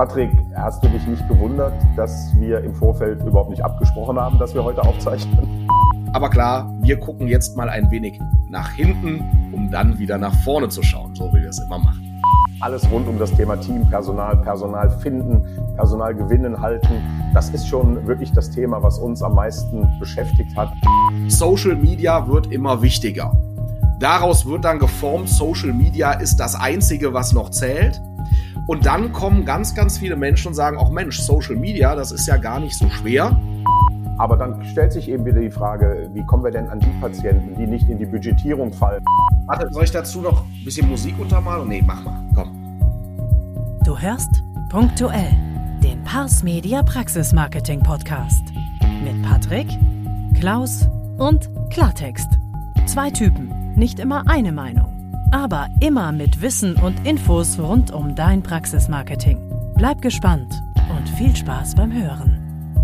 Patrick, hast du dich nicht gewundert, dass wir im Vorfeld überhaupt nicht abgesprochen haben, dass wir heute aufzeichnen? Aber klar, wir gucken jetzt mal ein wenig nach hinten, um dann wieder nach vorne zu schauen, so wie wir es immer machen. Alles rund um das Thema Team, Personal finden, Personal gewinnen, halten. Das ist schon wirklich das Thema, was uns am meisten beschäftigt hat. Social Media wird immer wichtiger. Daraus wird dann geformt, Social Media ist das Einzige, was noch zählt. Und dann kommen ganz, ganz viele Menschen und sagen, auch Mensch, Social Media, das ist ja gar nicht so schwer. Aber dann stellt sich eben wieder die Frage, wie kommen wir denn an die Patienten, die nicht in die Budgetierung fallen? Warte, soll ich dazu noch ein bisschen Musik untermalen? Nee, mach mal, komm. Du hörst Punktuell, den Pars Media Praxis Marketing Podcast. Mit Patrick, Klaus und Klartext. 2 Typen, nicht immer eine Meinung. Aber immer mit Wissen und Infos rund um dein Praxismarketing. Bleib gespannt und viel Spaß beim Hören.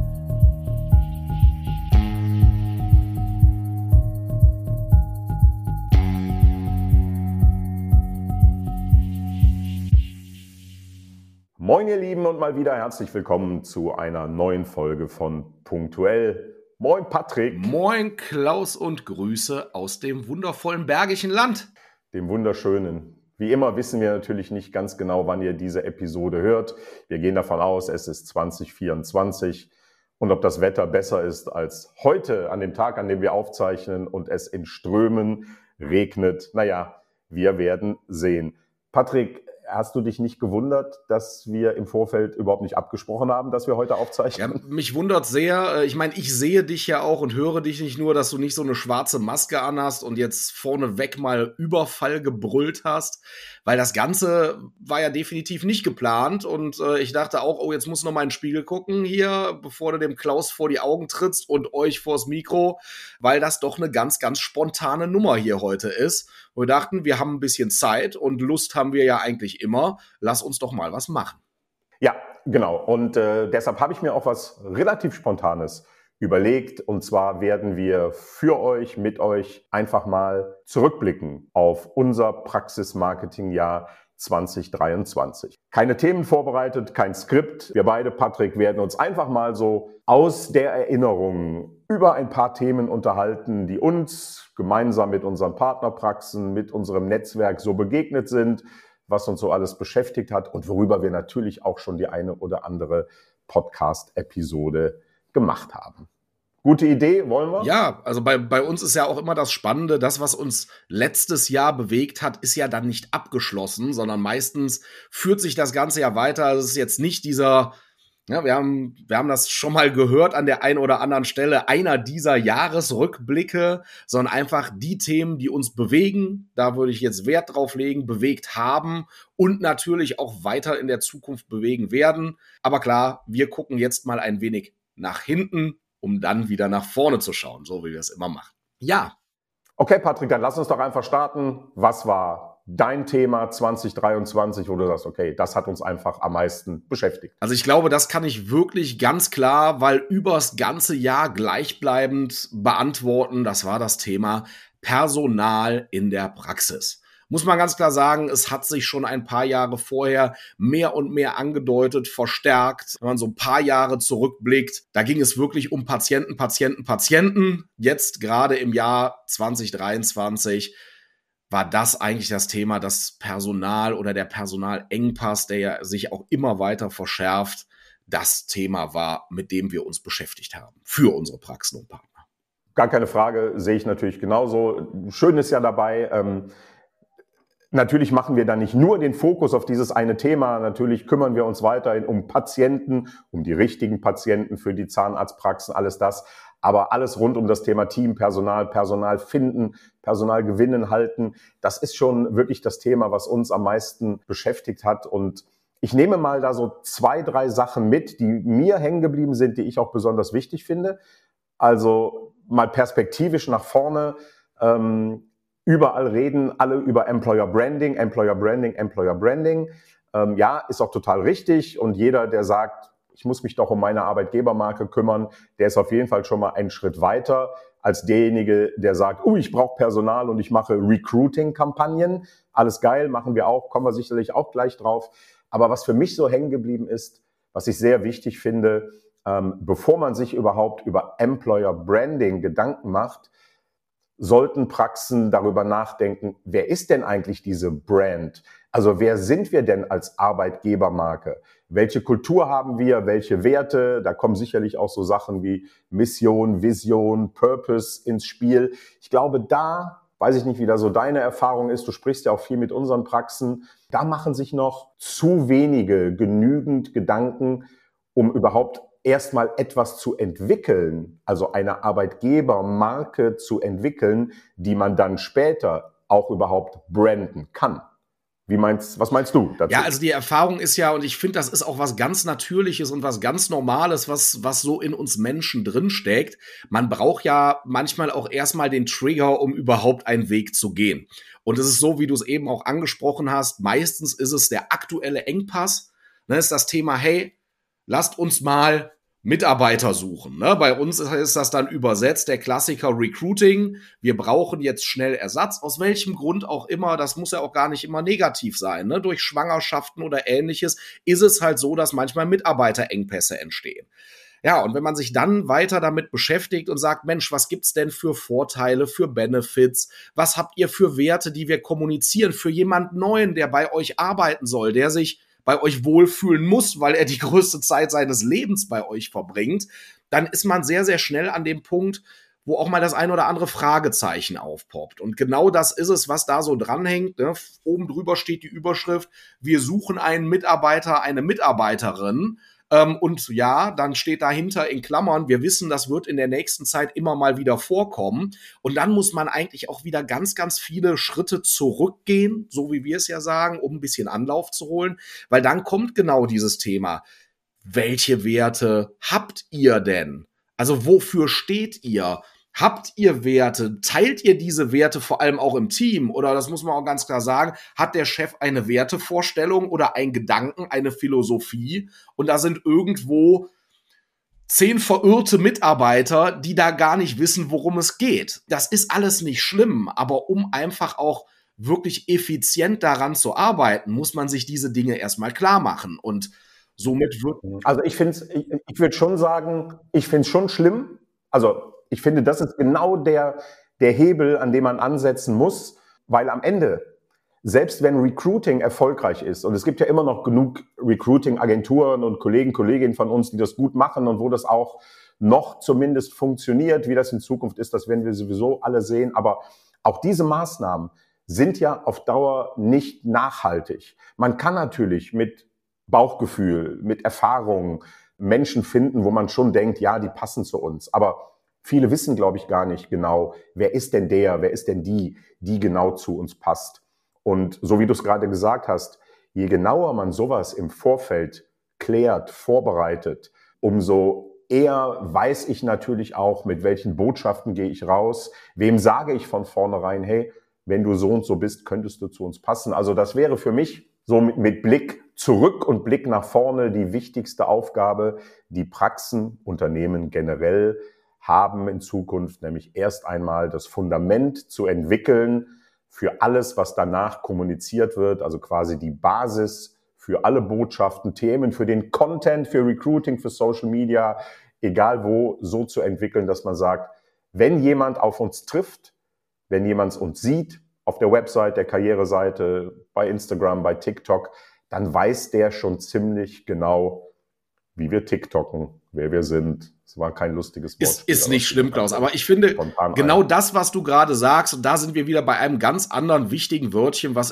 Moin ihr Lieben und mal wieder herzlich willkommen zu einer neuen Folge von Punktuell. Moin Patrick. Moin Klaus und Grüße aus dem wundervollen Bergischen Land. Dem wunderschönen. Wie immer wissen wir natürlich nicht ganz genau, wann ihr diese Episode hört. Wir gehen davon aus, es ist 2024 und ob das Wetter besser ist als heute, an dem Tag, an dem wir aufzeichnen und es in Strömen regnet. Naja, wir werden sehen. Patrick, hast du dich nicht gewundert, dass wir im Vorfeld überhaupt nicht abgesprochen haben, dass wir heute aufzeichnen? Ja, mich wundert sehr. Ich meine, ich sehe dich ja auch und höre dich nicht nur, dass du nicht so eine schwarze Maske anhast und jetzt vorneweg mal Überfall gebrüllt hast, weil das Ganze war ja definitiv nicht geplant und ich dachte auch, oh, jetzt muss noch mal in den Spiegel gucken hier, bevor du dem Klaus vor die Augen trittst und euch vors Mikro, weil das doch eine ganz, ganz spontane Nummer hier heute ist. Wir dachten, wir haben ein bisschen Zeit und Lust haben wir ja eigentlich immer. Lass uns doch mal was machen. Ja, genau. Und deshalb habe ich mir auch was relativ Spontanes überlegt. Und zwar werden wir für euch, mit euch einfach mal zurückblicken auf unser Praxismarketing-Jahr 2023. Keine Themen vorbereitet, kein Skript. Wir beide, Patrick, werden uns einfach mal so aus der Erinnerung über ein paar Themen unterhalten, die uns gemeinsam mit unseren Partnerpraxen, mit unserem Netzwerk so begegnet sind, was uns so alles beschäftigt hat und worüber wir natürlich auch schon die eine oder andere Podcast-Episode gemacht haben. Gute Idee, wollen wir? Ja, also bei uns ist ja auch immer das Spannende, das, was uns letztes Jahr bewegt hat, ist ja dann nicht abgeschlossen, sondern meistens führt sich das Ganze ja weiter. Also es ist jetzt nicht dieser, ja, wir haben das schon mal gehört an der einen oder anderen Stelle, einer dieser Jahresrückblicke, sondern einfach die Themen, die uns bewegen, da würde ich jetzt Wert drauf legen, bewegt haben und natürlich auch weiter in der Zukunft bewegen werden. Aber klar, wir gucken jetzt mal ein wenig nach hinten, um dann wieder nach vorne zu schauen, so wie wir es immer machen. Ja. Okay, Patrick, dann lass uns doch einfach starten. Was war dein Thema 2023, wo du sagst, okay, das hat uns einfach am meisten beschäftigt? Also ich glaube, das kann ich wirklich ganz klar, weil übers ganze Jahr gleichbleibend beantworten. Das war das Thema Personal in der Praxis. Muss man ganz klar sagen, es hat sich schon ein paar Jahre vorher mehr und mehr angedeutet, verstärkt. Wenn man so ein paar Jahre zurückblickt, da ging es wirklich um Patienten. Jetzt gerade im Jahr 2023 war das eigentlich das Thema, das Personal oder der Personalengpass, der ja sich auch immer weiter verschärft, das Thema war, mit dem wir uns beschäftigt haben für unsere Praxen und Partner. Gar keine Frage, sehe ich natürlich genauso. Schön ist ja dabei, natürlich machen wir da nicht nur den Fokus auf dieses eine Thema, natürlich kümmern wir uns weiterhin um Patienten, um die richtigen Patienten für die Zahnarztpraxen, alles das. Aber alles rund um das Thema Team, Personal finden, Personal gewinnen, halten, das ist schon wirklich das Thema, was uns am meisten beschäftigt hat. Und ich nehme mal da so 2, 3 Sachen mit, die mir hängen geblieben sind, die ich auch besonders wichtig finde. Also mal perspektivisch nach vorne. Überall reden alle über Employer Branding. Ja, ist auch total richtig. Und jeder, der sagt, ich muss mich doch um meine Arbeitgebermarke kümmern, der ist auf jeden Fall schon mal einen Schritt weiter als derjenige, der sagt, ich brauche Personal und ich mache Recruiting-Kampagnen. Alles geil, machen wir auch, kommen wir sicherlich auch gleich drauf. Aber was für mich so hängen geblieben ist, was ich sehr wichtig finde, bevor man sich überhaupt über Employer Branding Gedanken macht, sollten Praxen darüber nachdenken, wer ist denn eigentlich diese Brand? Also wer sind wir denn als Arbeitgebermarke? Welche Kultur haben wir? Welche Werte? Da kommen sicherlich auch so Sachen wie Mission, Vision, Purpose ins Spiel. Ich glaube, da, weiß ich nicht, wie da so deine Erfahrung ist, du sprichst ja auch viel mit unseren Praxen, da machen sich noch zu wenige genügend Gedanken, um überhaupt erstmal etwas zu entwickeln, also eine Arbeitgebermarke zu entwickeln, die man dann später auch überhaupt branden kann. Was meinst du dazu? Ja, also die Erfahrung ist ja, und ich finde, das ist auch was ganz Natürliches und was ganz Normales, was so in uns Menschen drinsteckt. Man braucht ja manchmal auch erstmal den Trigger, um überhaupt einen Weg zu gehen. Und es ist so, wie du es eben auch angesprochen hast, meistens ist es der aktuelle Engpass. Ne, ist das Thema, hey, lasst uns mal Mitarbeiter suchen. Ne? Bei uns ist das dann übersetzt der Klassiker Recruiting. Wir brauchen jetzt schnell Ersatz, aus welchem Grund auch immer. Das muss ja auch gar nicht immer negativ sein. Ne? Durch Schwangerschaften oder Ähnliches ist es halt so, dass manchmal Mitarbeiterengpässe entstehen. Ja, und wenn man sich dann weiter damit beschäftigt und sagt, Mensch, was gibt's denn für Vorteile, für Benefits? Was habt ihr für Werte, die wir kommunizieren für jemanden Neuen, der bei euch arbeiten soll, der sich bei euch wohlfühlen muss, weil er die größte Zeit seines Lebens bei euch verbringt, dann ist man sehr, sehr schnell an dem Punkt, wo auch mal das ein oder andere Fragezeichen aufpoppt. Und genau das ist es, was da so dranhängt. Ne? Oben drüber steht die Überschrift, wir suchen einen Mitarbeiter, eine Mitarbeiterin. Und ja, dann steht dahinter in Klammern, wir wissen, das wird in der nächsten Zeit immer mal wieder vorkommen. Und dann muss man eigentlich auch wieder ganz, ganz viele Schritte zurückgehen, so wie wir es ja sagen, um ein bisschen Anlauf zu holen. Weil dann kommt genau dieses Thema. Welche Werte habt ihr denn? Also wofür steht ihr? Habt ihr Werte? Teilt ihr diese Werte vor allem auch im Team? Oder, das muss man auch ganz klar sagen, hat der Chef eine Wertevorstellung oder einen Gedanken, eine Philosophie? Und da sind irgendwo 10 verirrte Mitarbeiter, die da gar nicht wissen, worum es geht. Das ist alles nicht schlimm, aber um einfach auch wirklich effizient daran zu arbeiten, muss man sich diese Dinge erstmal klar machen. Und somit wird... Also ich würde schon sagen, ich finde es schon schlimm. Also ich finde, das ist genau der Hebel, an dem man ansetzen muss, weil am Ende, selbst wenn Recruiting erfolgreich ist, und es gibt ja immer noch genug Recruiting-Agenturen und Kolleginnen von uns, die das gut machen und wo das auch noch zumindest funktioniert, wie das in Zukunft ist, das werden wir sowieso alle sehen, aber auch diese Maßnahmen sind ja auf Dauer nicht nachhaltig. Man kann natürlich mit Bauchgefühl, mit Erfahrung Menschen finden, wo man schon denkt, ja, die passen zu uns, aber viele wissen, glaube ich, gar nicht genau, wer ist denn die genau zu uns passt. Und so wie du es gerade gesagt hast, je genauer man sowas im Vorfeld klärt, vorbereitet, umso eher weiß ich natürlich auch, mit welchen Botschaften gehe ich raus, wem sage ich von vornherein, hey, wenn du so und so bist, könntest du zu uns passen. Also das wäre für mich so mit Blick zurück und Blick nach vorne die wichtigste Aufgabe, die Praxen, Unternehmen generell haben in Zukunft, nämlich erst einmal das Fundament zu entwickeln für alles, was danach kommuniziert wird, also quasi die Basis für alle Botschaften, Themen, für den Content, für Recruiting, für Social Media, egal wo, so zu entwickeln, dass man sagt, wenn jemand auf uns trifft, wenn jemand uns sieht, auf der Website, der Karriereseite, bei Instagram, bei TikTok, dann weiß der schon ziemlich genau, wie wir TikToken, wer wir sind. Es war kein lustiges Wort. Ist nicht schlimm, Klaus, aber ich finde genau das, was du gerade sagst, und da sind wir wieder bei einem ganz anderen wichtigen Wörtchen, was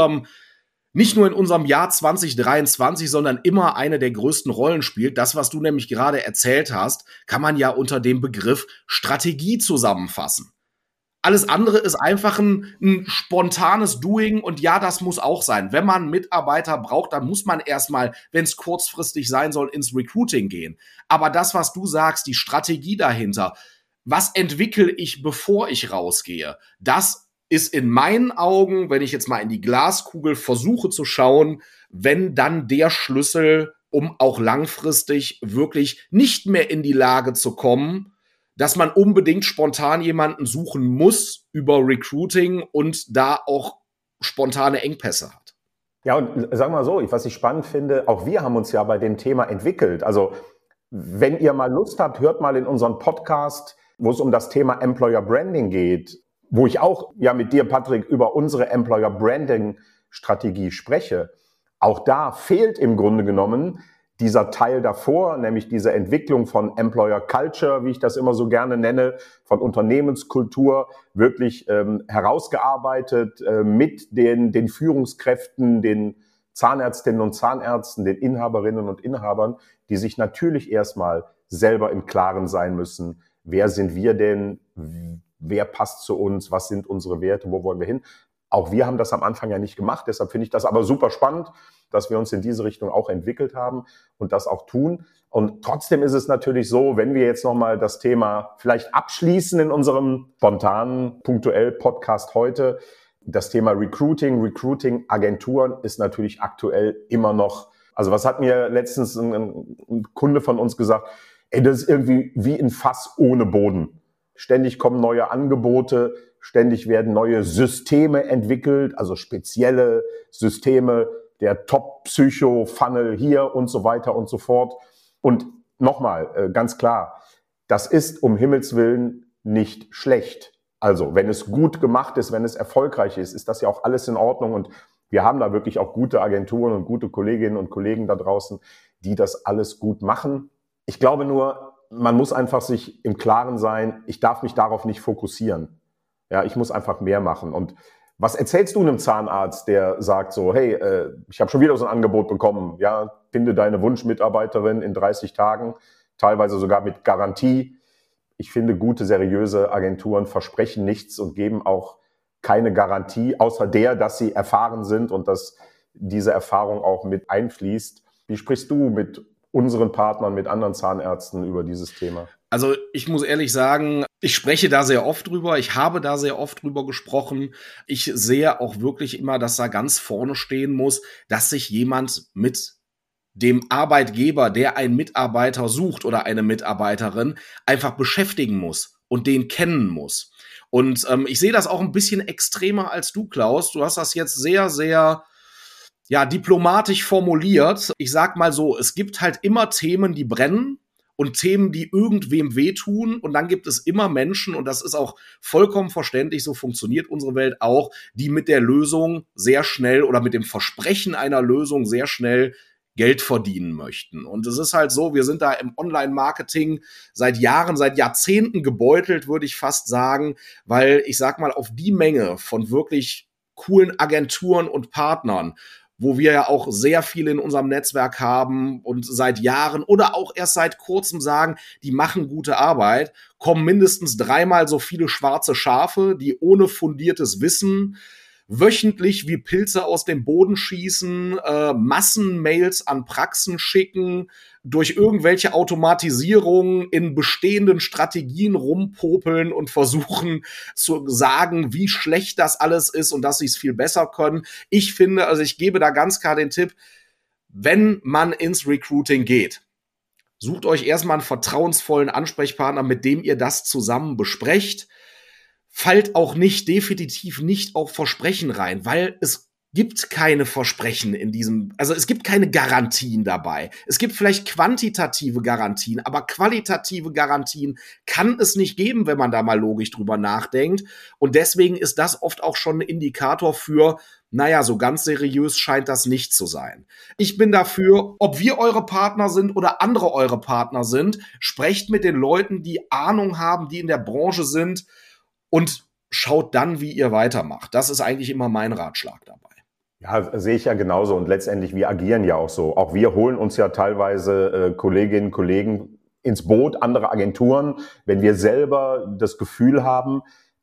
nicht nur in unserem Jahr 2023, sondern immer eine der größten Rollen spielt. Das, was du nämlich gerade erzählt hast, kann man ja unter dem Begriff Strategie zusammenfassen. Alles andere ist einfach ein spontanes Doing, und ja, das muss auch sein. Wenn man Mitarbeiter braucht, dann muss man erstmal, wenn es kurzfristig sein soll, ins Recruiting gehen. Aber das, was du sagst, die Strategie dahinter, was entwickle ich, bevor ich rausgehe, das ist in meinen Augen, wenn ich jetzt mal in die Glaskugel versuche zu schauen, wenn dann der Schlüssel, um auch langfristig wirklich nicht mehr in die Lage zu kommen, dass man unbedingt spontan jemanden suchen muss über Recruiting und da auch spontane Engpässe hat. Ja, und sag mal so, was ich spannend finde, auch wir haben uns ja bei dem Thema entwickelt. Also wenn ihr mal Lust habt, hört mal in unseren Podcast, wo es um das Thema Employer Branding geht, wo ich auch ja mit dir, Patrick, über unsere Employer Branding Strategie spreche. Auch da fehlt im Grunde genommen dieser Teil davor, nämlich diese Entwicklung von Employer Culture, wie ich das immer so gerne nenne, von Unternehmenskultur, wirklich herausgearbeitet mit den Führungskräften, den Zahnärztinnen und Zahnärzten, den Inhaberinnen und Inhabern, die sich natürlich erstmal selber im Klaren sein müssen, wer sind wir denn, wer passt zu uns, was sind unsere Werte, wo wollen wir hin. Auch wir haben das am Anfang ja nicht gemacht, deshalb finde ich das aber super spannend, dass wir uns in diese Richtung auch entwickelt haben und das auch tun. Und trotzdem ist es natürlich so, wenn wir jetzt nochmal das Thema vielleicht abschließen in unserem spontanen, punktuell Podcast heute, das Thema Recruiting-Agenturen ist natürlich aktuell immer noch, also was hat mir letztens ein Kunde von uns gesagt, das ist irgendwie wie ein Fass ohne Boden. Ständig kommen neue Angebote, ständig werden neue Systeme entwickelt, also spezielle Systeme, der Top-Psycho-Funnel hier und so weiter und so fort. Und nochmal, ganz klar, das ist um Himmels Willen nicht schlecht. Also, wenn es gut gemacht ist, wenn es erfolgreich ist, ist das ja auch alles in Ordnung. Und wir haben da wirklich auch gute Agenturen und gute Kolleginnen und Kollegen da draußen, die das alles gut machen. Ich glaube nur, man muss einfach sich im Klaren sein, ich darf mich darauf nicht fokussieren. Ja, ich muss einfach mehr machen. Und was erzählst du einem Zahnarzt, der sagt so, hey, ich habe schon wieder so ein Angebot bekommen, ja, finde deine Wunschmitarbeiterin in 30 Tagen, teilweise sogar mit Garantie. Ich finde, gute, seriöse Agenturen versprechen nichts und geben auch keine Garantie, außer der, dass sie erfahren sind und dass diese Erfahrung auch mit einfließt. Wie sprichst du mit unseren Partnern, mit anderen Zahnärzten über dieses Thema? Also ich muss ehrlich sagen, ich spreche da sehr oft drüber, ich habe da sehr oft drüber gesprochen. Ich sehe auch wirklich immer, dass da ganz vorne stehen muss, dass sich jemand mit dem Arbeitgeber, der einen Mitarbeiter sucht oder eine Mitarbeiterin, einfach beschäftigen muss und den kennen muss. Und ich sehe das auch ein bisschen extremer als du, Klaus. Du hast das jetzt sehr, sehr diplomatisch formuliert. Ich sag mal so, es gibt halt immer Themen, die brennen und Themen, die irgendwem wehtun. Und dann gibt es immer Menschen, und das ist auch vollkommen verständlich, so funktioniert unsere Welt auch, die mit der Lösung sehr schnell oder mit dem Versprechen einer Lösung sehr schnell Geld verdienen möchten. Und es ist halt so, wir sind da im Online-Marketing seit Jahren, seit Jahrzehnten gebeutelt, würde ich fast sagen, weil ich sag mal, auf die Menge von wirklich coolen Agenturen und Partnern, wo wir ja auch sehr viele in unserem Netzwerk haben und seit Jahren oder auch erst seit kurzem sagen, die machen gute Arbeit, kommen mindestens 3-mal so viele schwarze Schafe, die ohne fundiertes Wissen wöchentlich wie Pilze aus dem Boden schießen, Massenmails an Praxen schicken, durch irgendwelche Automatisierungen in bestehenden Strategien rumpopeln und versuchen zu sagen, wie schlecht das alles ist und dass sie es viel besser können. Ich finde, also ich gebe da ganz klar den Tipp, wenn man ins Recruiting geht, sucht euch erstmal einen vertrauensvollen Ansprechpartner, mit dem ihr das zusammen besprecht. Fallt auch definitiv nicht auf Versprechen rein, weil es gibt keine Versprechen also es gibt keine Garantien dabei. Es gibt vielleicht quantitative Garantien, aber qualitative Garantien kann es nicht geben, wenn man da mal logisch drüber nachdenkt. Und deswegen ist das oft auch schon ein Indikator für, so ganz seriös scheint das nicht zu sein. Ich bin dafür, ob wir eure Partner sind oder andere eure Partner sind, sprecht mit den Leuten, die Ahnung haben, die in der Branche sind, und schaut dann, wie ihr weitermacht. Das ist eigentlich immer mein Ratschlag dabei. Ja, sehe ich ja genauso. Und letztendlich, wir agieren ja auch so. Auch wir holen uns ja teilweise Kolleginnen und Kollegen ins Boot, andere Agenturen, wenn wir selber das Gefühl haben,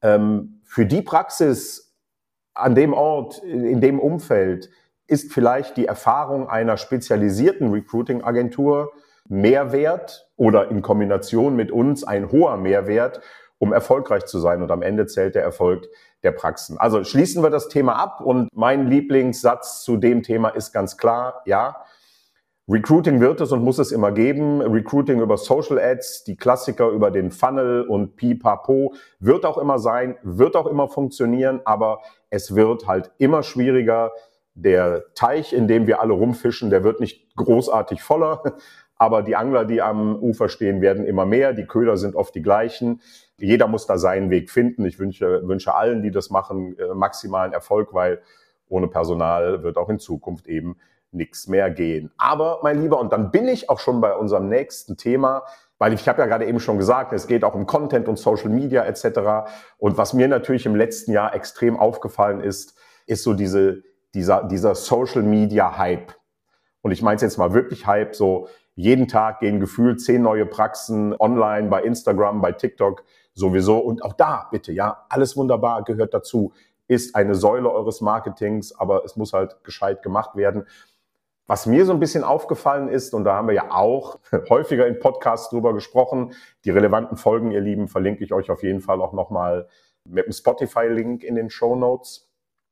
für die Praxis an dem Ort, in dem Umfeld, ist vielleicht die Erfahrung einer spezialisierten Recruiting-Agentur Mehrwert oder in Kombination mit uns ein hoher Mehrwert, um erfolgreich zu sein. Und am Ende zählt der Erfolg der Praxen. Also schließen wir das Thema ab. Und mein Lieblingssatz zu dem Thema ist ganz klar, ja, Recruiting wird es und muss es immer geben. Recruiting über Social Ads, die Klassiker über den Funnel und Pipapo wird auch immer sein, wird auch immer funktionieren, aber es wird halt immer schwieriger, Der Teich, in dem wir alle rumfischen, der wird nicht großartig voller, aber die Angler, die am Ufer stehen, werden immer mehr. Die Köder sind oft die gleichen. Jeder muss da seinen Weg finden. Ich wünsche allen, die das machen, maximalen Erfolg, weil ohne Personal wird auch in Zukunft eben nichts mehr gehen. Aber, mein Lieber, und dann bin ich auch schon bei unserem nächsten Thema, weil ich habe ja gerade eben schon gesagt, es geht auch um Content und Social Media etc. Und was mir natürlich im letzten Jahr extrem aufgefallen ist so dieser Social Media Hype. Und ich meine es jetzt mal wirklich Hype, so jeden Tag gehen gefühlt 10 neue Praxen online bei Instagram, bei TikTok sowieso. Und auch da bitte, ja, alles wunderbar, gehört dazu, ist eine Säule eures Marketings, aber es muss halt gescheit gemacht werden. Was mir so ein bisschen aufgefallen ist, und da haben wir ja auch häufiger in Podcasts drüber gesprochen, die relevanten Folgen, ihr Lieben, verlinke ich euch auf jeden Fall auch nochmal mit dem Spotify-Link in den Shownotes.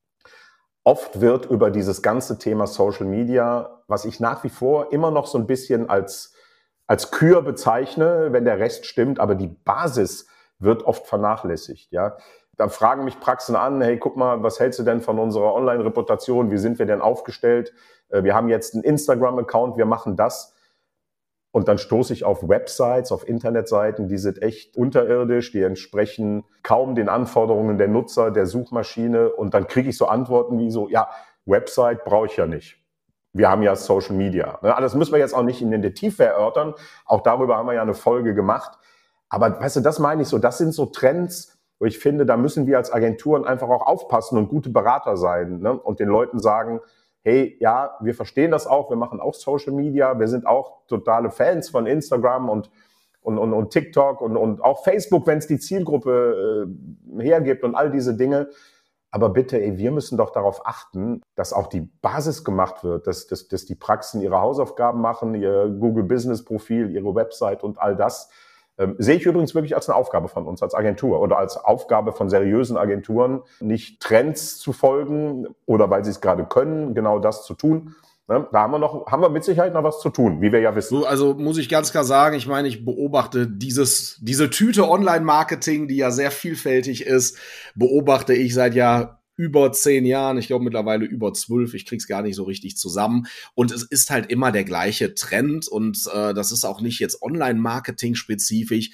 Oft wird über dieses ganze Thema Social Media, was ich nach wie vor immer noch so ein bisschen als Kür bezeichne, wenn der Rest stimmt, aber die Basis wird oft vernachlässigt, ja. Da fragen mich Praxen an, hey, guck mal, was hältst du denn von unserer Online-Reputation? Wie sind wir denn aufgestellt? Wir haben jetzt einen Instagram-Account, wir machen das. Und dann stoße ich auf Websites, auf Internetseiten, die sind echt unterirdisch, die entsprechen kaum den Anforderungen der Nutzer, der Suchmaschine. Und dann kriege ich so Antworten wie so, ja, Website brauche ich ja nicht. Wir haben ja Social Media. Das müssen wir jetzt auch nicht in der Tiefe erörtern. Auch darüber haben wir ja eine Folge gemacht. Aber weißt du, das meine ich so, das sind so Trends, wo ich finde, da müssen wir als Agenturen einfach auch aufpassen und gute Berater sein, ne? Und den Leuten sagen, hey, ja, wir verstehen das auch, wir machen auch Social Media, wir sind auch totale Fans von Instagram und TikTok und auch Facebook, wenn es die Zielgruppe hergibt und all diese Dinge. Aber bitte, wir müssen doch darauf achten, dass auch die Basis gemacht wird, dass die Praxen ihre Hausaufgaben machen, ihr Google Business Profil, ihre Website und all das. Sehe ich übrigens wirklich als eine Aufgabe von uns als Agentur oder als Aufgabe von seriösen Agenturen, nicht Trends zu folgen oder weil sie es gerade können, genau das zu tun. Da haben wir mit Sicherheit noch was zu tun, wie wir ja wissen. So, also muss ich ganz klar sagen, ich meine, ich beobachte diese Tüte Online-Marketing, die ja sehr vielfältig ist, beobachte ich seit über 10 Jahren, ich glaube mittlerweile über 12, ich krieg's gar nicht so richtig zusammen. Und es ist halt immer der gleiche Trend und das ist auch nicht jetzt Online-Marketing spezifisch.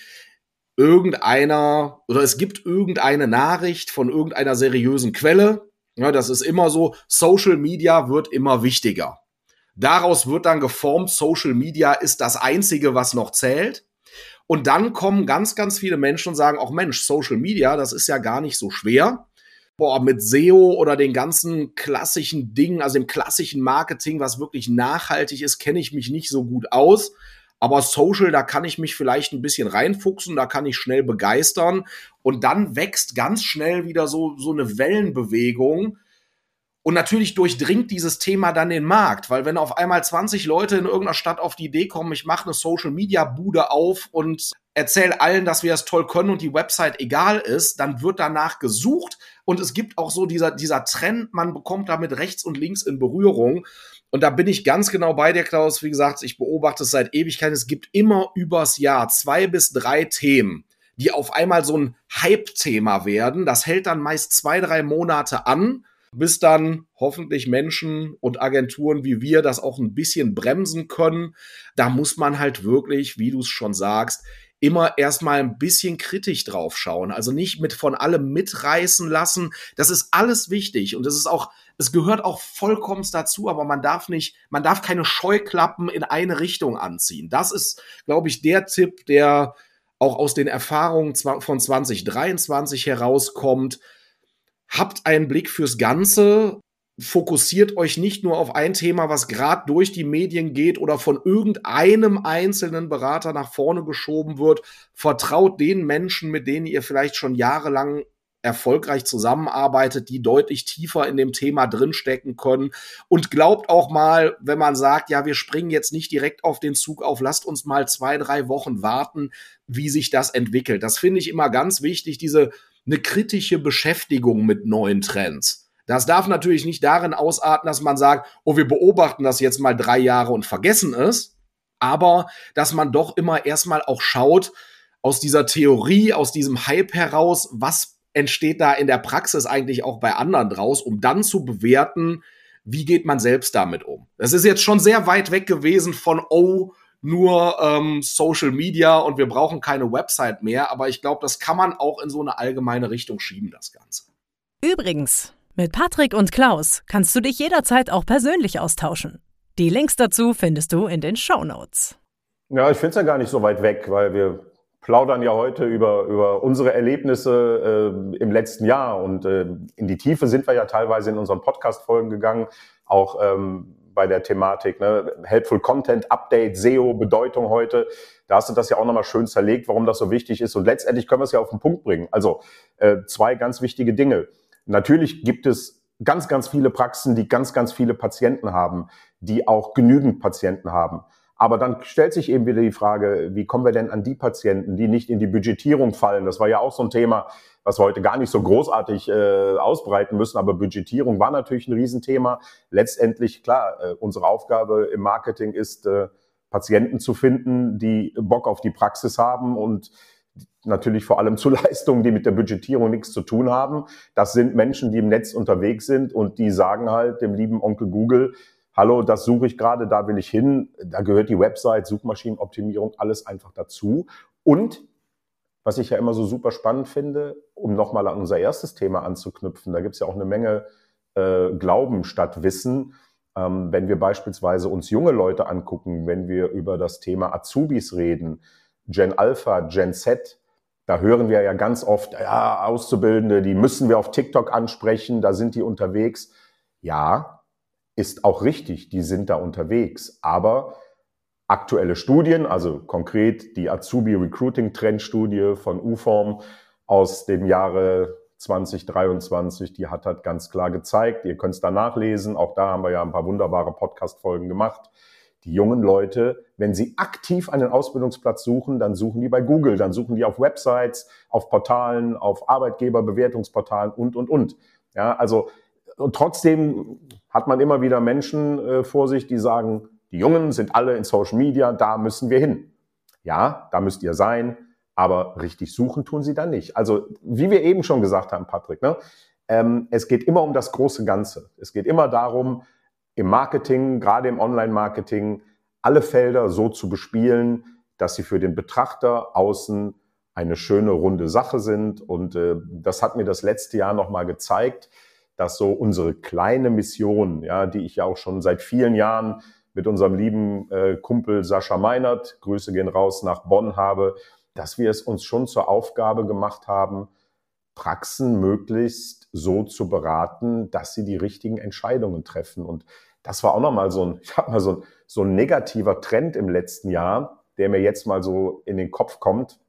Es gibt irgendeine Nachricht von irgendeiner seriösen Quelle. Ja, das ist immer so, Social Media wird immer wichtiger. Daraus wird dann geformt, Social Media ist das Einzige, was noch zählt. Und dann kommen ganz, ganz viele Menschen und sagen, auch Mensch, Social Media, das ist ja gar nicht so schwer. Mit SEO oder den ganzen klassischen Dingen, also dem klassischen Marketing, was wirklich nachhaltig ist, kenne ich mich nicht so gut aus. Aber Social, da kann ich mich vielleicht ein bisschen reinfuchsen, da kann ich schnell begeistern. Und dann wächst ganz schnell wieder so eine Wellenbewegung. Und natürlich durchdringt dieses Thema dann den Markt, weil wenn auf einmal 20 Leute in irgendeiner Stadt auf die Idee kommen, ich mache eine Social-Media-Bude auf und erzähle allen, dass wir es toll können und die Website egal ist, dann wird danach gesucht und es gibt auch so dieser Trend, man bekommt damit rechts und links in Berührung. Und da bin ich ganz genau bei dir, Klaus. Wie gesagt, ich beobachte es seit Ewigkeiten. Es gibt immer übers Jahr 2 bis 3 Themen, die auf einmal so ein Hype-Thema werden. Das hält dann meist 2, 3 Monate an, bis dann hoffentlich Menschen und Agenturen wie wir das auch ein bisschen bremsen können. Da muss man halt wirklich, wie du es schon sagst, immer erstmal ein bisschen kritisch drauf schauen. Also nicht von allem mitreißen lassen. Das ist alles wichtig und es gehört auch vollkommen dazu, aber man darf keine Scheuklappen in eine Richtung anziehen. Das ist, glaube ich, der Tipp, der auch aus den Erfahrungen von 2023 herauskommt. Habt einen Blick fürs Ganze, fokussiert euch nicht nur auf ein Thema, was gerade durch die Medien geht oder von irgendeinem einzelnen Berater nach vorne geschoben wird. Vertraut den Menschen, mit denen ihr vielleicht schon jahrelang erfolgreich zusammenarbeitet, die deutlich tiefer in dem Thema drinstecken können. Und glaubt auch mal, wenn man sagt, ja, wir springen jetzt nicht direkt auf den Zug auf, lasst uns mal 2, 3 Wochen warten, wie sich das entwickelt. Das finde ich immer ganz wichtig, eine kritische Beschäftigung mit neuen Trends. Das darf natürlich nicht darin ausarten, dass man sagt, oh, wir beobachten das jetzt mal 3 Jahre und vergessen es, aber dass man doch immer erstmal auch schaut, aus dieser Theorie, aus diesem Hype heraus, was entsteht da in der Praxis eigentlich auch bei anderen draus, um dann zu bewerten, wie geht man selbst damit um? Das ist jetzt schon sehr weit weg gewesen von, nur Social Media und wir brauchen keine Website mehr, aber ich glaube, das kann man auch in so eine allgemeine Richtung schieben, das Ganze. Übrigens, mit Patrick und Klaus kannst du dich jederzeit auch persönlich austauschen. Die Links dazu findest du in den Shownotes. Ja, ich finde es ja gar nicht so weit weg, weil wir plaudern ja heute über unsere Erlebnisse im letzten Jahr und in die Tiefe sind wir ja teilweise in unseren Podcast-Folgen gegangen, auch bei der Thematik, ne? Helpful Content, Update, SEO, Bedeutung heute. Da hast du das ja auch nochmal schön zerlegt, warum das so wichtig ist. Und letztendlich können wir es ja auf den Punkt bringen. Also 2 ganz wichtige Dinge. Natürlich gibt es ganz, ganz viele Praxen, die ganz, ganz viele Patienten haben, die auch genügend Patienten haben. Aber dann stellt sich eben wieder die Frage, wie kommen wir denn an die Patienten, die nicht in die Budgetierung fallen? Das war ja auch so ein Thema, was wir heute gar nicht so großartig ausbreiten müssen. Aber Budgetierung war natürlich ein Riesenthema. Letztendlich, klar, unsere Aufgabe im Marketing ist, Patienten zu finden, die Bock auf die Praxis haben und natürlich vor allem zu Leistungen, die mit der Budgetierung nichts zu tun haben. Das sind Menschen, die im Netz unterwegs sind und die sagen halt dem lieben Onkel Google, hallo, das suche ich gerade, da will ich hin. Da gehört die Website, Suchmaschinenoptimierung, alles einfach dazu. Und was ich ja immer so super spannend finde, um nochmal an unser erstes Thema anzuknüpfen, da gibt es ja auch eine Menge Glauben statt Wissen. Wenn wir beispielsweise uns junge Leute angucken, wenn wir über das Thema Azubis reden, Gen Alpha, Gen Z, da hören wir ja ganz oft, ja, Auszubildende, die müssen wir auf TikTok ansprechen, da sind die unterwegs. Ja, ist auch richtig, die sind da unterwegs. Aber aktuelle Studien, also konkret die Azubi-Recruiting-Trend-Studie von UFORM aus dem Jahre 2023, die hat halt ganz klar gezeigt, ihr könnt es da nachlesen, auch da haben wir ja ein paar wunderbare Podcast-Folgen gemacht. Die jungen Leute, wenn sie aktiv einen Ausbildungsplatz suchen, dann suchen die bei Google, dann suchen die auf Websites, auf Portalen, auf Arbeitgeberbewertungsportalen und. Ja, also und trotzdem hat man immer wieder Menschen vor sich, die sagen, die Jungen sind alle in Social Media, da müssen wir hin. Ja, da müsst ihr sein, aber richtig suchen tun sie da nicht. Also wie wir eben schon gesagt haben, Patrick, ne, es geht immer um das große Ganze. Es geht immer darum, im Marketing, gerade im Online-Marketing, alle Felder so zu bespielen, dass sie für den Betrachter außen eine schöne, runde Sache sind. Und das hat mir das letzte Jahr nochmal gezeigt, dass so unsere kleine Mission, ja, die ich ja auch schon seit vielen Jahren mit unserem lieben Kumpel Sascha Meinert, Grüße gehen raus nach Bonn, habe, dass wir es uns schon zur Aufgabe gemacht haben, Praxen möglichst so zu beraten, dass sie die richtigen Entscheidungen treffen. Und das war auch nochmal so ein negativer Trend im letzten Jahr, der mir jetzt mal so in den Kopf kommt,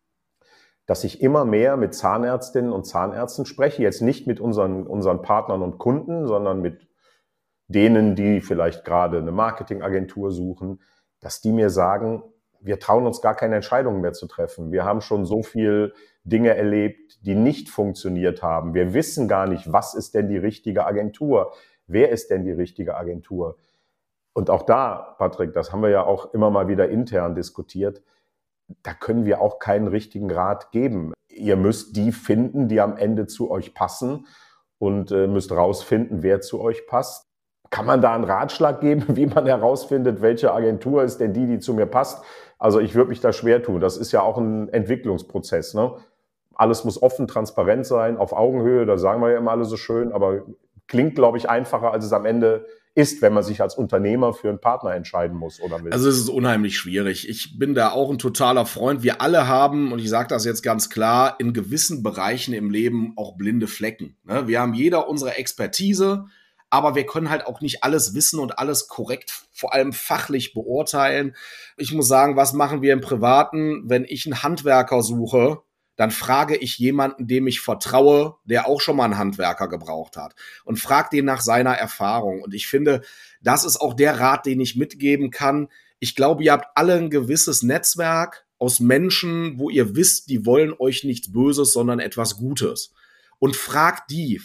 dass ich immer mehr mit Zahnärztinnen und Zahnärzten spreche, jetzt nicht mit unseren Partnern und Kunden, sondern mit denen, die vielleicht gerade eine Marketingagentur suchen, dass die mir sagen, wir trauen uns gar keine Entscheidungen mehr zu treffen. Wir haben schon so viel Dinge erlebt, die nicht funktioniert haben. Wir wissen gar nicht, was ist denn die richtige Agentur? Wer ist denn die richtige Agentur? Und auch da, Patrick, das haben wir ja auch immer mal wieder intern diskutiert, da können wir auch keinen richtigen Rat geben. Ihr müsst die finden, die am Ende zu euch passen und müsst rausfinden, wer zu euch passt. Kann man da einen Ratschlag geben, wie man herausfindet, welche Agentur ist denn die zu mir passt? Also ich würde mich da schwer tun. Das ist ja auch ein Entwicklungsprozess, ne? Alles muss offen, transparent sein, auf Augenhöhe, das sagen wir ja immer alle so schön, aber klingt, glaube ich, einfacher, als es am Ende ist, wenn man sich als Unternehmer für einen Partner entscheiden muss oder will. Also es ist unheimlich schwierig. Ich bin da auch ein totaler Freund. Wir alle haben, und ich sage das jetzt ganz klar, in gewissen Bereichen im Leben auch blinde Flecken. Wir haben jeder unsere Expertise, aber wir können halt auch nicht alles wissen und alles korrekt, vor allem fachlich beurteilen. Ich muss sagen, was machen wir im Privaten, wenn ich einen Handwerker suche? Dann frage ich jemanden, dem ich vertraue, der auch schon mal einen Handwerker gebraucht hat und frage den nach seiner Erfahrung. Und ich finde, das ist auch der Rat, den ich mitgeben kann. Ich glaube, ihr habt alle ein gewisses Netzwerk aus Menschen, wo ihr wisst, die wollen euch nichts Böses, sondern etwas Gutes. Und fragt die,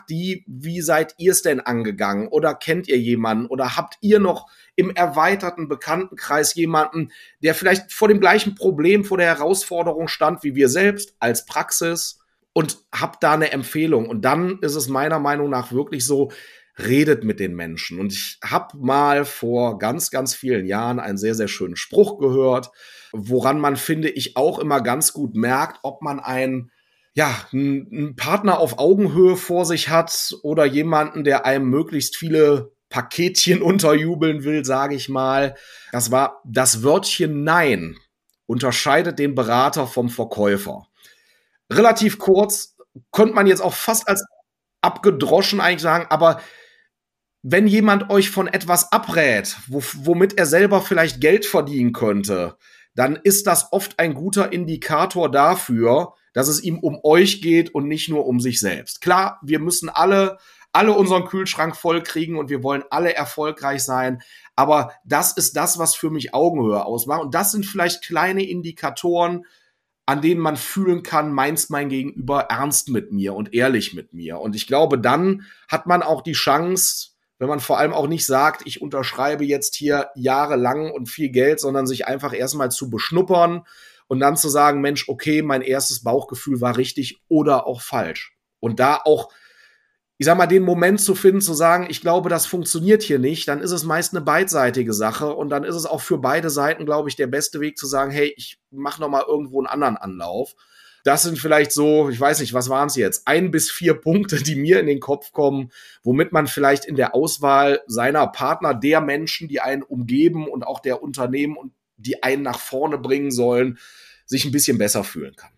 wie seid ihr es denn angegangen? Oder kennt ihr jemanden? Oder habt ihr noch im erweiterten Bekanntenkreis jemanden, der vielleicht vor dem gleichen Problem, vor der Herausforderung stand wie wir selbst als Praxis und habt da eine Empfehlung? Und dann ist es meiner Meinung nach wirklich so, redet mit den Menschen. Und ich habe mal vor ganz, ganz vielen Jahren einen sehr, sehr schönen Spruch gehört, woran man, finde ich, auch immer ganz gut merkt, ob man einen Partner auf Augenhöhe vor sich hat oder jemanden, der einem möglichst viele Paketchen unterjubeln will, sage ich mal. Das war das Wörtchen Nein unterscheidet den Berater vom Verkäufer. Relativ kurz, könnte man jetzt auch fast als abgedroschen eigentlich sagen, aber wenn jemand euch von etwas abrät, womit er selber vielleicht Geld verdienen könnte, dann ist das oft ein guter Indikator dafür, dass es ihm um euch geht und nicht nur um sich selbst. Klar, wir müssen alle unseren Kühlschrank voll kriegen und wir wollen alle erfolgreich sein, aber das ist das, was für mich Augenhöhe ausmacht. Und das sind vielleicht kleine Indikatoren, an denen man fühlen kann, meint mein Gegenüber ernst mit mir und ehrlich mit mir. Und ich glaube, dann hat man auch die Chance, wenn man vor allem auch nicht sagt, ich unterschreibe jetzt hier jahrelang und viel Geld, sondern sich einfach erstmal zu beschnuppern und dann zu sagen, Mensch, okay, mein erstes Bauchgefühl war richtig oder auch falsch. Und da auch, ich sag mal, den Moment zu finden, zu sagen, ich glaube, das funktioniert hier nicht, dann ist es meist eine beidseitige Sache und dann ist es auch für beide Seiten, glaube ich, der beste Weg zu sagen, hey, ich mache noch mal irgendwo einen anderen Anlauf. Das sind vielleicht so, ich weiß nicht, was waren es jetzt? 1 bis 4 Punkte, die mir in den Kopf kommen, womit man vielleicht in der Auswahl seiner Partner, der Menschen, die einen umgeben und auch der Unternehmen und die einen nach vorne bringen sollen, sich ein bisschen besser fühlen kann.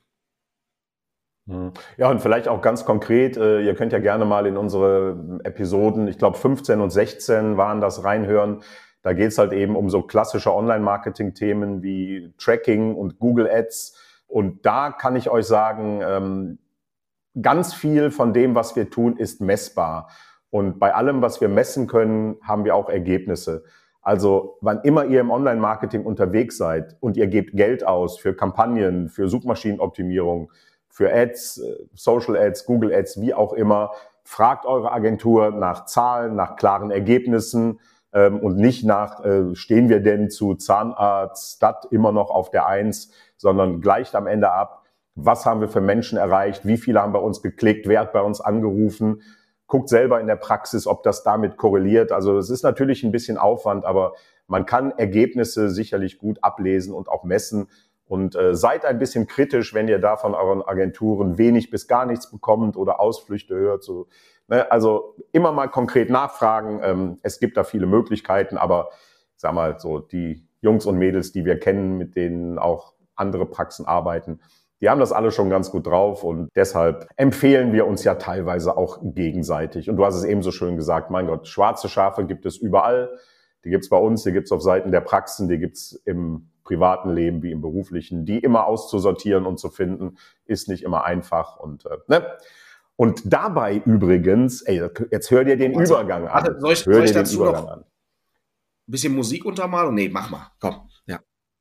Ja, und vielleicht auch ganz konkret, ihr könnt ja gerne mal in unsere Episoden, ich glaube 15 und 16 waren das, reinhören. Da geht es halt eben um so klassische Online-Marketing-Themen wie Tracking und Google Ads. Und da kann ich euch sagen, ganz viel von dem, was wir tun, ist messbar. Und bei allem, was wir messen können, haben wir auch Ergebnisse. Also wann immer ihr im Online-Marketing unterwegs seid und ihr gebt Geld aus für Kampagnen, für Suchmaschinenoptimierung, für Ads, Social Ads, Google Ads, wie auch immer, fragt eure Agentur nach Zahlen, nach klaren Ergebnissen und nicht nach, stehen wir denn zu Zahnarzt, Stat immer noch auf der 1, sondern gleicht am Ende ab, was haben wir für Menschen erreicht, wie viele haben bei uns geklickt, wer hat bei uns angerufen, guckt selber in der Praxis, ob das damit korreliert. Also es ist natürlich ein bisschen Aufwand, aber man kann Ergebnisse sicherlich gut ablesen und auch messen. Und seid ein bisschen kritisch, wenn ihr da von euren Agenturen wenig bis gar nichts bekommt oder Ausflüchte hört. So, ne? Also immer mal konkret nachfragen. Es gibt da viele Möglichkeiten, aber sag mal so, die Jungs und Mädels, die wir kennen, mit denen auch andere Praxen arbeiten, die haben das alle schon ganz gut drauf und deshalb empfehlen wir uns ja teilweise auch gegenseitig. Und du hast es eben so schön gesagt, mein Gott, schwarze Schafe gibt es überall. Die gibt's bei uns, die gibt's auf Seiten der Praxen, die gibt's im privaten Leben wie im beruflichen. Die immer auszusortieren und zu finden, ist nicht immer einfach. Und und dabei übrigens, jetzt hör dir den Übergang an. Warte, soll ich dazu noch ein bisschen Musik untermalen? Nee, mach mal, komm. Ja.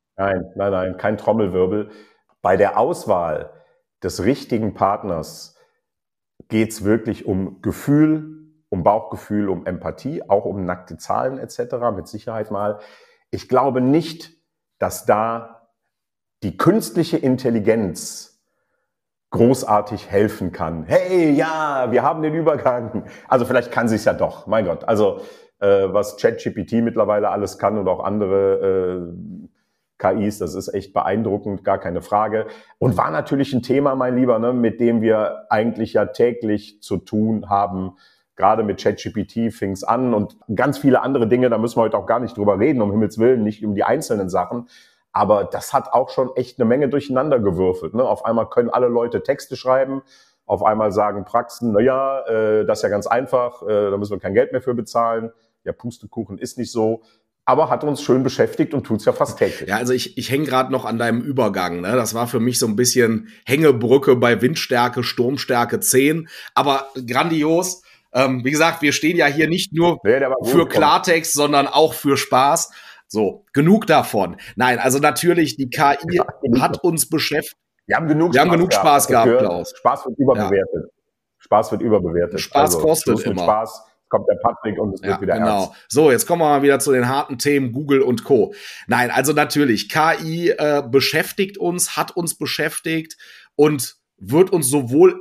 Nein, kein Trommelwirbel. Bei der Auswahl des richtigen Partners geht's wirklich um Gefühl, um Bauchgefühl, um Empathie, auch um nackte Zahlen etc. mit Sicherheit mal. Ich glaube nicht, dass da die künstliche Intelligenz großartig helfen kann. Hey, ja, wir haben den Übergang. Also vielleicht kann sie es ja doch, mein Gott. Also was ChatGPT mittlerweile alles kann und auch andere KIs, das ist echt beeindruckend, gar keine Frage. Und war natürlich ein Thema, mein Lieber, ne, mit dem wir eigentlich ja täglich zu tun haben. Gerade mit ChatGPT fing es an und ganz viele andere Dinge, da müssen wir heute auch gar nicht drüber reden, um Himmels Willen, nicht um die einzelnen Sachen. Aber das hat auch schon echt eine Menge durcheinander gewürfelt. Ne? Auf einmal können alle Leute Texte schreiben, auf einmal sagen Praxen, naja, das ist ja ganz einfach, da müssen wir kein Geld mehr für bezahlen. Ja, Pustekuchen ist nicht so. Aber hat uns schön beschäftigt und tut's ja fast täglich. Ja, also ich hänge gerade noch an deinem Übergang. Ne? Das war für mich so ein bisschen Hängebrücke bei Windstärke, Sturmstärke 10. Aber grandios. Wie gesagt, wir stehen ja hier nicht nur für Klartext, sondern auch für Spaß. So, genug davon. Nein, also natürlich, die KI hat uns beschäftigt. Wir haben genug Spaß gehabt, Klaus. Spaß wird überbewertet. Ja. Spaß wird überbewertet. Spaß kostet immer. Spaß kommt der Patrick und es wird wieder ernst. So, jetzt kommen wir mal wieder zu den harten Themen Google und Co. Nein, also natürlich, KI beschäftigt uns, hat uns beschäftigt und wird uns sowohl im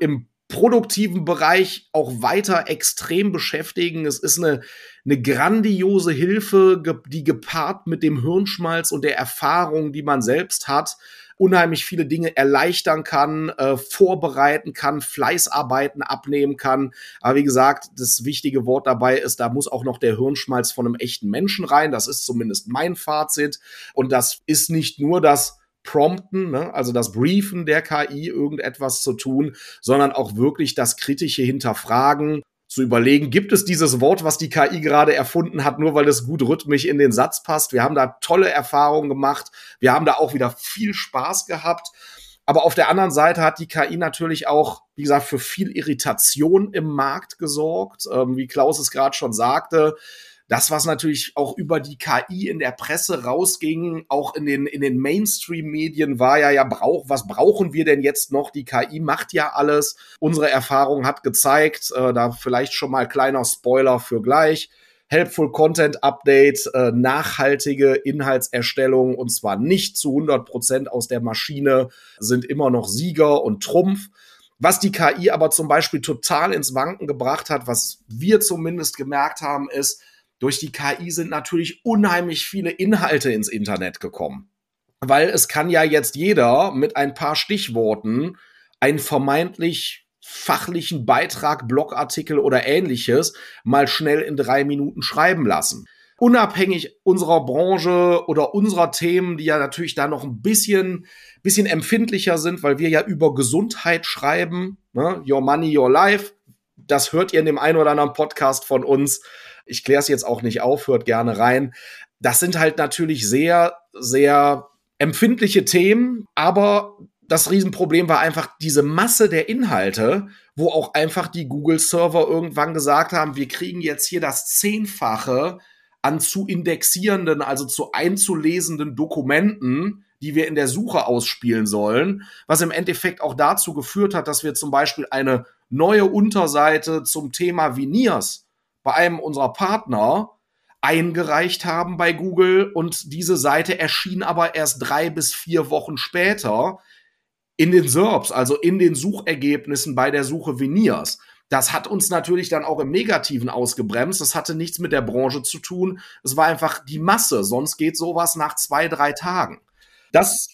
produktiven Bereich auch weiter extrem beschäftigen. Es ist eine grandiose Hilfe, die gepaart mit dem Hirnschmalz und der Erfahrung, die man selbst hat, unheimlich viele Dinge erleichtern kann, vorbereiten kann, Fleißarbeiten abnehmen kann. Aber wie gesagt, das wichtige Wort dabei ist, da muss auch noch der Hirnschmalz von einem echten Menschen rein. Das ist zumindest mein Fazit. Und das ist nicht nur das Prompten, ne, also das Briefen der KI, irgendetwas zu tun, sondern auch wirklich das kritische Hinterfragen, zu überlegen, gibt es dieses Wort, was die KI gerade erfunden hat, nur weil es gut rhythmisch in den Satz passt. Wir haben da tolle Erfahrungen gemacht. Wir haben da auch wieder viel Spaß gehabt. Aber auf der anderen Seite hat die KI natürlich auch, wie gesagt, für viel Irritation im Markt gesorgt. Wie Klaus es gerade schon sagte, das, was natürlich auch über die KI in der Presse rausging, auch in den Mainstream-Medien, war ja, was brauchen wir denn jetzt noch? Die KI macht ja alles. Unsere Erfahrung hat gezeigt, da vielleicht schon mal kleiner Spoiler für gleich, Helpful Content Update, nachhaltige Inhaltserstellung, und zwar nicht zu 100% aus der Maschine, sind immer noch Sieger und Trumpf. Was die KI aber zum Beispiel total ins Wanken gebracht hat, was wir zumindest gemerkt haben, ist, durch die KI sind natürlich unheimlich viele Inhalte ins Internet gekommen. Weil es kann ja jetzt jeder mit ein paar Stichworten einen vermeintlich fachlichen Beitrag, Blogartikel oder Ähnliches mal schnell in 3 Minuten schreiben lassen. Unabhängig unserer Branche oder unserer Themen, die ja natürlich da noch ein bisschen empfindlicher sind, weil wir ja über Gesundheit schreiben, ne? Your Money, Your Life. Das hört ihr in dem einen oder anderen Podcast von uns. Ich kläre es jetzt auch nicht auf, hört gerne rein. Das sind halt natürlich sehr, sehr empfindliche Themen, aber das Riesenproblem war einfach diese Masse der Inhalte, wo auch einfach die Google-Server irgendwann gesagt haben, wir kriegen jetzt hier das 10-fache an zu indexierenden, also zu einzulesenden Dokumenten, die wir in der Suche ausspielen sollen, was im Endeffekt auch dazu geführt hat, dass wir zum Beispiel eine neue Unterseite zum Thema Veneers bei einem unserer Partner eingereicht haben bei Google, und diese Seite erschien aber erst 3 bis 4 Wochen später in den SERPs, also in den Suchergebnissen bei der Suche Veneers. Das hat uns natürlich dann auch im Negativen ausgebremst. Das hatte nichts mit der Branche zu tun. Es war einfach die Masse. Sonst geht sowas nach 2, 3 Tagen. Das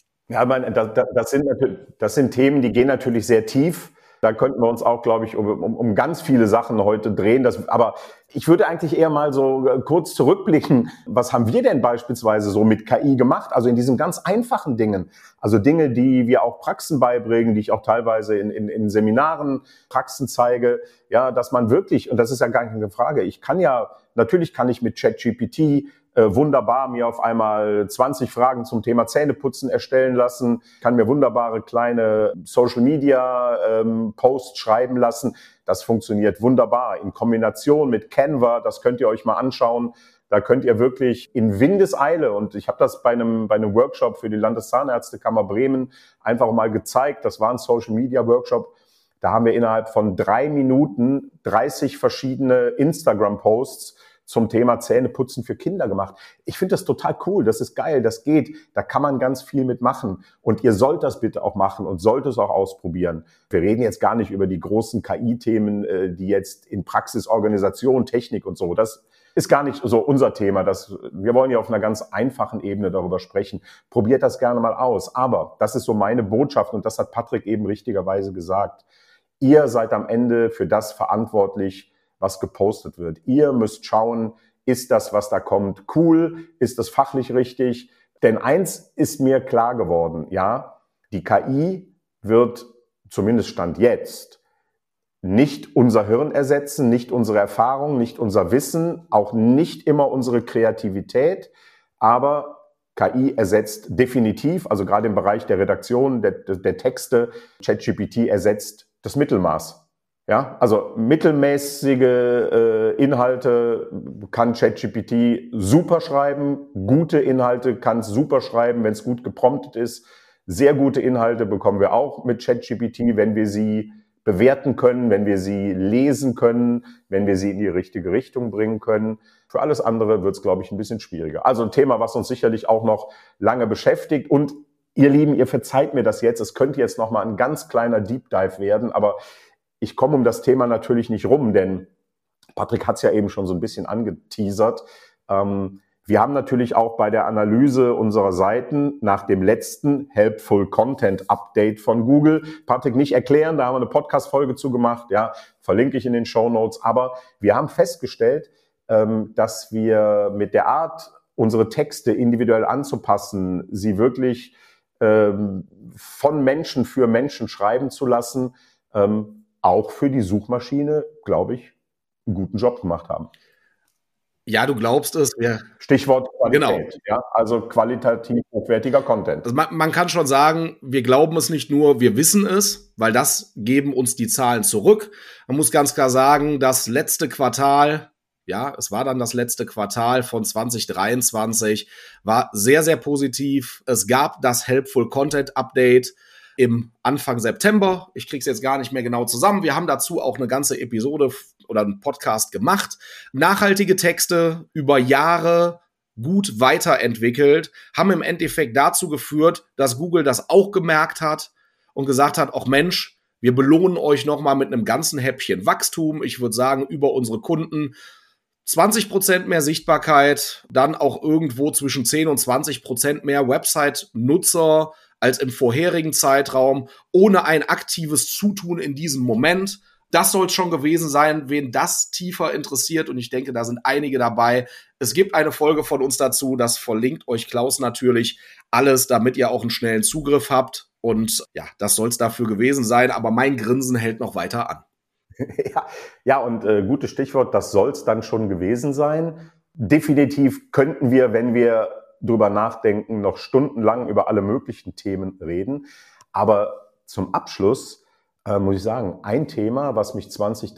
sind Themen, die gehen natürlich sehr tief. Da könnten wir uns auch, glaube ich, um ganz viele Sachen heute drehen. Aber ich würde eigentlich eher mal so kurz zurückblicken. Was haben wir denn beispielsweise so mit KI gemacht? Also in diesen ganz einfachen Dingen. Also Dinge, die wir auch Praxen beibringen, die ich auch teilweise in Seminaren Praxen zeige. Ja, dass man wirklich, und das ist ja gar keine Frage, natürlich kann ich mit ChatGPT wunderbar mir auf einmal 20 Fragen zum Thema Zähneputzen erstellen lassen, kann mir wunderbare kleine Social-Media-Posts schreiben lassen. Das funktioniert wunderbar in Kombination mit Canva. Das könnt ihr euch mal anschauen. Da könnt ihr wirklich in Windeseile, und ich habe das bei einem Workshop für die Landeszahnärztekammer Bremen einfach mal gezeigt. Das war ein Social-Media-Workshop. Da haben wir innerhalb von 3 Minuten 30 verschiedene Instagram-Posts zum Thema Zähneputzen für Kinder gemacht. Ich finde das total cool, das ist geil, das geht, da kann man ganz viel mitmachen, und ihr sollt das bitte auch machen und sollt es auch ausprobieren. Wir reden jetzt gar nicht über die großen KI-Themen, die jetzt in Praxis, Organisation, Technik und so, das ist gar nicht so unser Thema. Wir wollen ja auf einer ganz einfachen Ebene darüber sprechen. Probiert das gerne mal aus, aber das ist so meine Botschaft, und das hat Patrick eben richtigerweise gesagt. Ihr seid am Ende für das verantwortlich, was gepostet wird. Ihr müsst schauen, ist das, was da kommt, cool? Ist das fachlich richtig? Denn eins ist mir klar geworden, ja, die KI wird, zumindest Stand jetzt, nicht unser Hirn ersetzen, nicht unsere Erfahrung, nicht unser Wissen, auch nicht immer unsere Kreativität, aber KI ersetzt definitiv, also gerade im Bereich der Redaktion, der Texte, ChatGPT ersetzt das Mittelmaß. Ja, also mittelmäßige Inhalte kann ChatGPT super schreiben, gute Inhalte kann es super schreiben, wenn es gut gepromptet ist. Sehr gute Inhalte bekommen wir auch mit ChatGPT, wenn wir sie bewerten können, wenn wir sie lesen können, wenn wir sie in die richtige Richtung bringen können. Für alles andere wird es, glaube ich, ein bisschen schwieriger. Also ein Thema, was uns sicherlich auch noch lange beschäftigt. Und ihr Lieben, ihr verzeiht mir das jetzt, es könnte jetzt noch mal ein ganz kleiner Deep Dive werden, aber ich komme um das Thema natürlich nicht rum, denn Patrick hat es ja eben schon so ein bisschen angeteasert. Wir haben natürlich auch bei der Analyse unserer Seiten nach dem letzten Helpful Content Update von Google, Patrick nicht erklären, da haben wir eine Podcast-Folge zu gemacht, ja, verlinke ich in den Shownotes, aber wir haben festgestellt, dass wir mit der Art, unsere Texte individuell anzupassen, sie wirklich von Menschen für Menschen schreiben zu lassen, auch für die Suchmaschine, glaube ich, einen guten Job gemacht haben. Ja, du glaubst es. Ja. Stichwort Qualität. Genau. Ja, also qualitativ hochwertiger Content. Also man kann schon sagen, wir glauben es nicht nur, wir wissen es, weil das geben uns die Zahlen zurück. Man muss ganz klar sagen, das letzte Quartal, ja, es war dann das letzte Quartal von 2023, war sehr, sehr positiv. Es gab das Helpful Content Update im Anfang September. Ich krieg's jetzt gar nicht mehr genau zusammen. Wir haben dazu auch eine ganze Episode oder einen Podcast gemacht. Nachhaltige Texte über Jahre gut weiterentwickelt, haben im Endeffekt dazu geführt, dass Google das auch gemerkt hat und gesagt hat, ach Mensch, wir belohnen euch nochmal mit einem ganzen Häppchen Wachstum. Ich würde sagen, über unsere Kunden 20% mehr Sichtbarkeit, dann auch irgendwo zwischen 10 und 20% mehr Website-Nutzer als im vorherigen Zeitraum, ohne ein aktives Zutun in diesem Moment. Das soll es schon gewesen sein, wen das tiefer interessiert. Und ich denke, da sind einige dabei. Es gibt eine Folge von uns dazu, das verlinkt euch Klaus natürlich alles, damit ihr auch einen schnellen Zugriff habt. Und ja, das soll es dafür gewesen sein. Aber mein Grinsen hält noch weiter an. Ja, und gutes Stichwort, das soll es dann schon gewesen sein. Definitiv könnten wir, wenn wir drüber nachdenken, noch stundenlang über alle möglichen Themen reden. Aber zum Abschluss muss ich sagen, ein Thema, was mich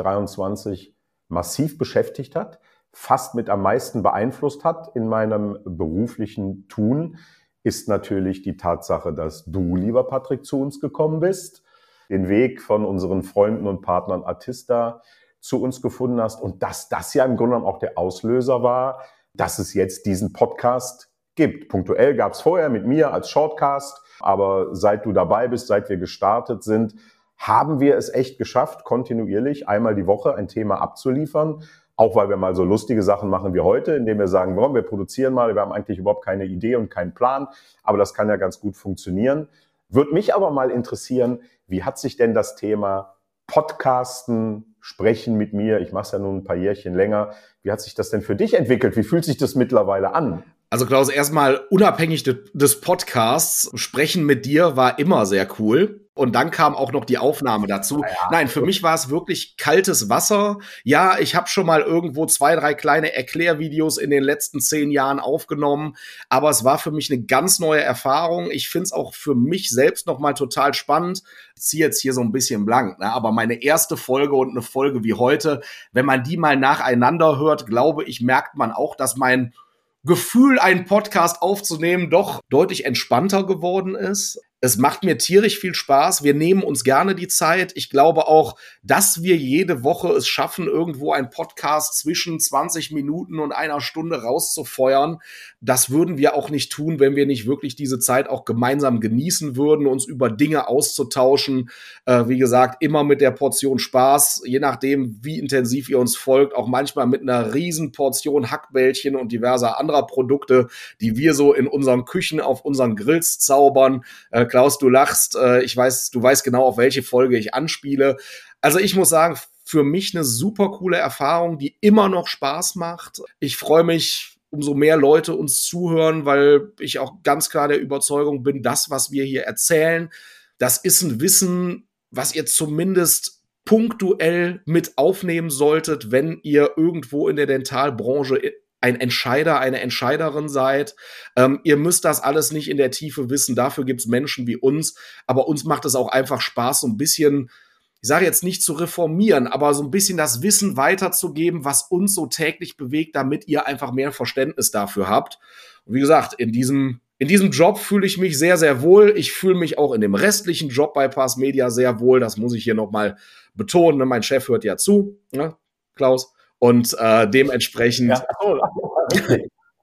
2023 massiv beschäftigt hat, fast mit am meisten beeinflusst hat in meinem beruflichen Tun, ist natürlich die Tatsache, dass du, lieber Patrick, zu uns gekommen bist, den Weg von unseren Freunden und Partnern Artista zu uns gefunden hast und dass das ja im Grunde genommen auch der Auslöser war, dass es jetzt diesen Podcast gibt. Punktuell gab es vorher mit mir als Shortcast, aber seit du dabei bist, seit wir gestartet sind, haben wir es echt geschafft, kontinuierlich einmal die Woche ein Thema abzuliefern, auch weil wir mal so lustige Sachen machen wie heute, indem wir sagen, wir produzieren mal, wir haben eigentlich überhaupt keine Idee und keinen Plan, aber das kann ja ganz gut funktionieren. Würde mich aber mal interessieren, wie hat sich denn das Thema Podcasten, Sprechen mit mir, ich mache es ja nun ein paar Jährchen länger, wie hat sich das denn für dich entwickelt? Wie fühlt sich das mittlerweile an? Also Klaus, erstmal unabhängig des Podcasts, Sprechen mit dir war immer sehr cool. Und dann kam auch noch die Aufnahme dazu. Ja. Nein, für mich war es wirklich kaltes Wasser. Ja, ich habe schon mal irgendwo 2, 3 kleine Erklärvideos in den letzten 10 Jahren aufgenommen. Aber es war für mich eine ganz neue Erfahrung. Ich finde es auch für mich selbst noch mal total spannend. Ich ziehe jetzt hier so ein bisschen blank, ne? Aber meine erste Folge und eine Folge wie heute, wenn man die mal nacheinander hört, glaube ich, merkt man auch, dass mein Gefühl, einen Podcast aufzunehmen, doch deutlich entspannter geworden ist. Es macht mir tierisch viel Spaß. Wir nehmen uns gerne die Zeit. Ich glaube auch, dass wir jede Woche es schaffen, irgendwo einen Podcast zwischen 20 Minuten und einer Stunde rauszufeuern. Das würden wir auch nicht tun, wenn wir nicht wirklich diese Zeit auch gemeinsam genießen würden, uns über Dinge auszutauschen. Wie gesagt, immer mit der Portion Spaß, je nachdem, wie intensiv ihr uns folgt, auch manchmal mit einer riesen Portion Hackbällchen und diverser anderer Produkte, die wir so in unseren Küchen auf unseren Grills zaubern. Klaus, du lachst. Du weißt genau, auf welche Folge ich anspiele. Also ich muss sagen, für mich eine super coole Erfahrung, die immer noch Spaß macht. Ich freue mich, umso mehr Leute uns zuhören, weil ich auch ganz klar der Überzeugung bin, das, was wir hier erzählen, das ist ein Wissen, was ihr zumindest punktuell mit aufnehmen solltet, wenn ihr irgendwo in der Dentalbranche ein Entscheider, eine Entscheiderin seid. Ihr müsst das alles nicht in der Tiefe wissen. Dafür gibt's Menschen wie uns. Aber uns macht es auch einfach Spaß, so ein bisschen, ich sage jetzt nicht zu reformieren, aber so ein bisschen das Wissen weiterzugeben, was uns so täglich bewegt, damit ihr einfach mehr Verständnis dafür habt. Und wie gesagt, in diesem Job fühle ich mich sehr, sehr wohl. Ich fühle mich auch in dem restlichen Job bei Pars Media sehr wohl. Das muss ich hier nochmal betonen. Mein Chef hört ja zu, ne, Klaus. Und dementsprechend. Ja, richtig.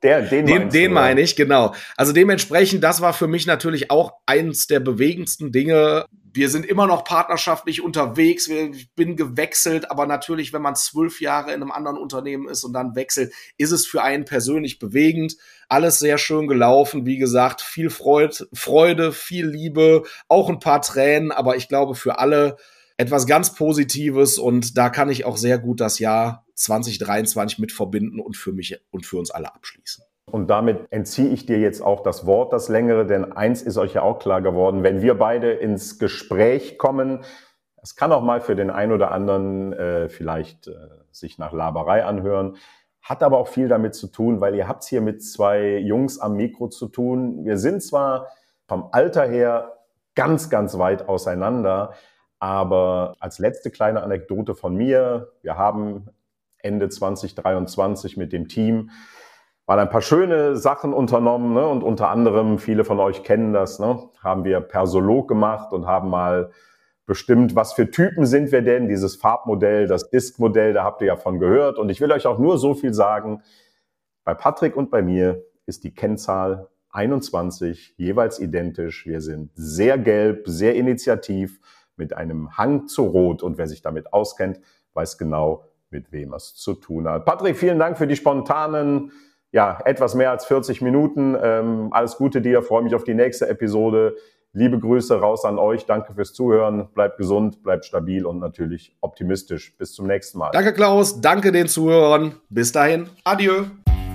Den meine ich, genau. Also dementsprechend, das war für mich natürlich auch eins der bewegendsten Dinge. Wir sind immer noch partnerschaftlich unterwegs. Ich bin gewechselt, aber natürlich, wenn man 12 Jahre in einem anderen Unternehmen ist und dann wechselt, ist es für einen persönlich bewegend. Alles sehr schön gelaufen. Wie gesagt, viel Freude, viel Liebe, auch ein paar Tränen, aber ich glaube für alle etwas ganz Positives und da kann ich auch sehr gut das Jahr 2023 mit verbinden und für mich und für uns alle abschließen. Und damit entziehe ich dir jetzt auch das Wort, das längere, denn eins ist euch ja auch klar geworden, wenn wir beide ins Gespräch kommen, es kann auch mal für den einen oder anderen vielleicht sich nach Laberei anhören, hat aber auch viel damit zu tun, weil ihr habt es hier mit zwei Jungs am Mikro zu tun. Wir sind zwar vom Alter her ganz, ganz weit auseinander, aber als letzte kleine Anekdote von mir, wir haben Ende 2023 mit dem Team mal ein paar schöne Sachen unternommen, ne? Und unter anderem, viele von euch kennen das, ne? Haben wir Persolog gemacht und haben mal bestimmt, was für Typen sind wir denn, dieses Farbmodell, das Diskmodell, da habt ihr ja von gehört. Und ich will euch auch nur so viel sagen, bei Patrick und bei mir ist die Kennzahl 21 jeweils identisch. Wir sind sehr gelb, sehr initiativ, mit einem Hang zu Rot. Und wer sich damit auskennt, weiß genau, mit wem es zu tun hat. Patrick, vielen Dank für die spontanen, etwas mehr als 40 Minuten. Alles Gute dir, freue mich auf die nächste Episode. Liebe Grüße raus an euch. Danke fürs Zuhören. Bleibt gesund, bleibt stabil und natürlich optimistisch. Bis zum nächsten Mal. Danke, Klaus. Danke den Zuhörern. Bis dahin. Adieu.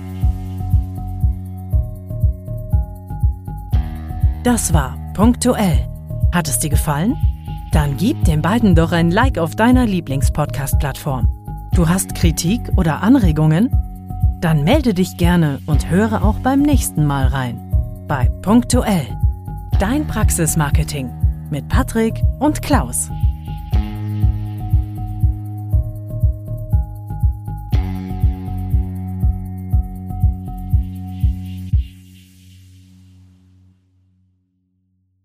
Das war Punktuell. Hat es dir gefallen? Dann gib den beiden doch ein Like auf deiner Lieblings-Podcast-Plattform. Du hast Kritik oder Anregungen? Dann melde dich gerne und höre auch beim nächsten Mal rein. Bei Punktuell. Dein Praxismarketing mit Patrick und Klaus.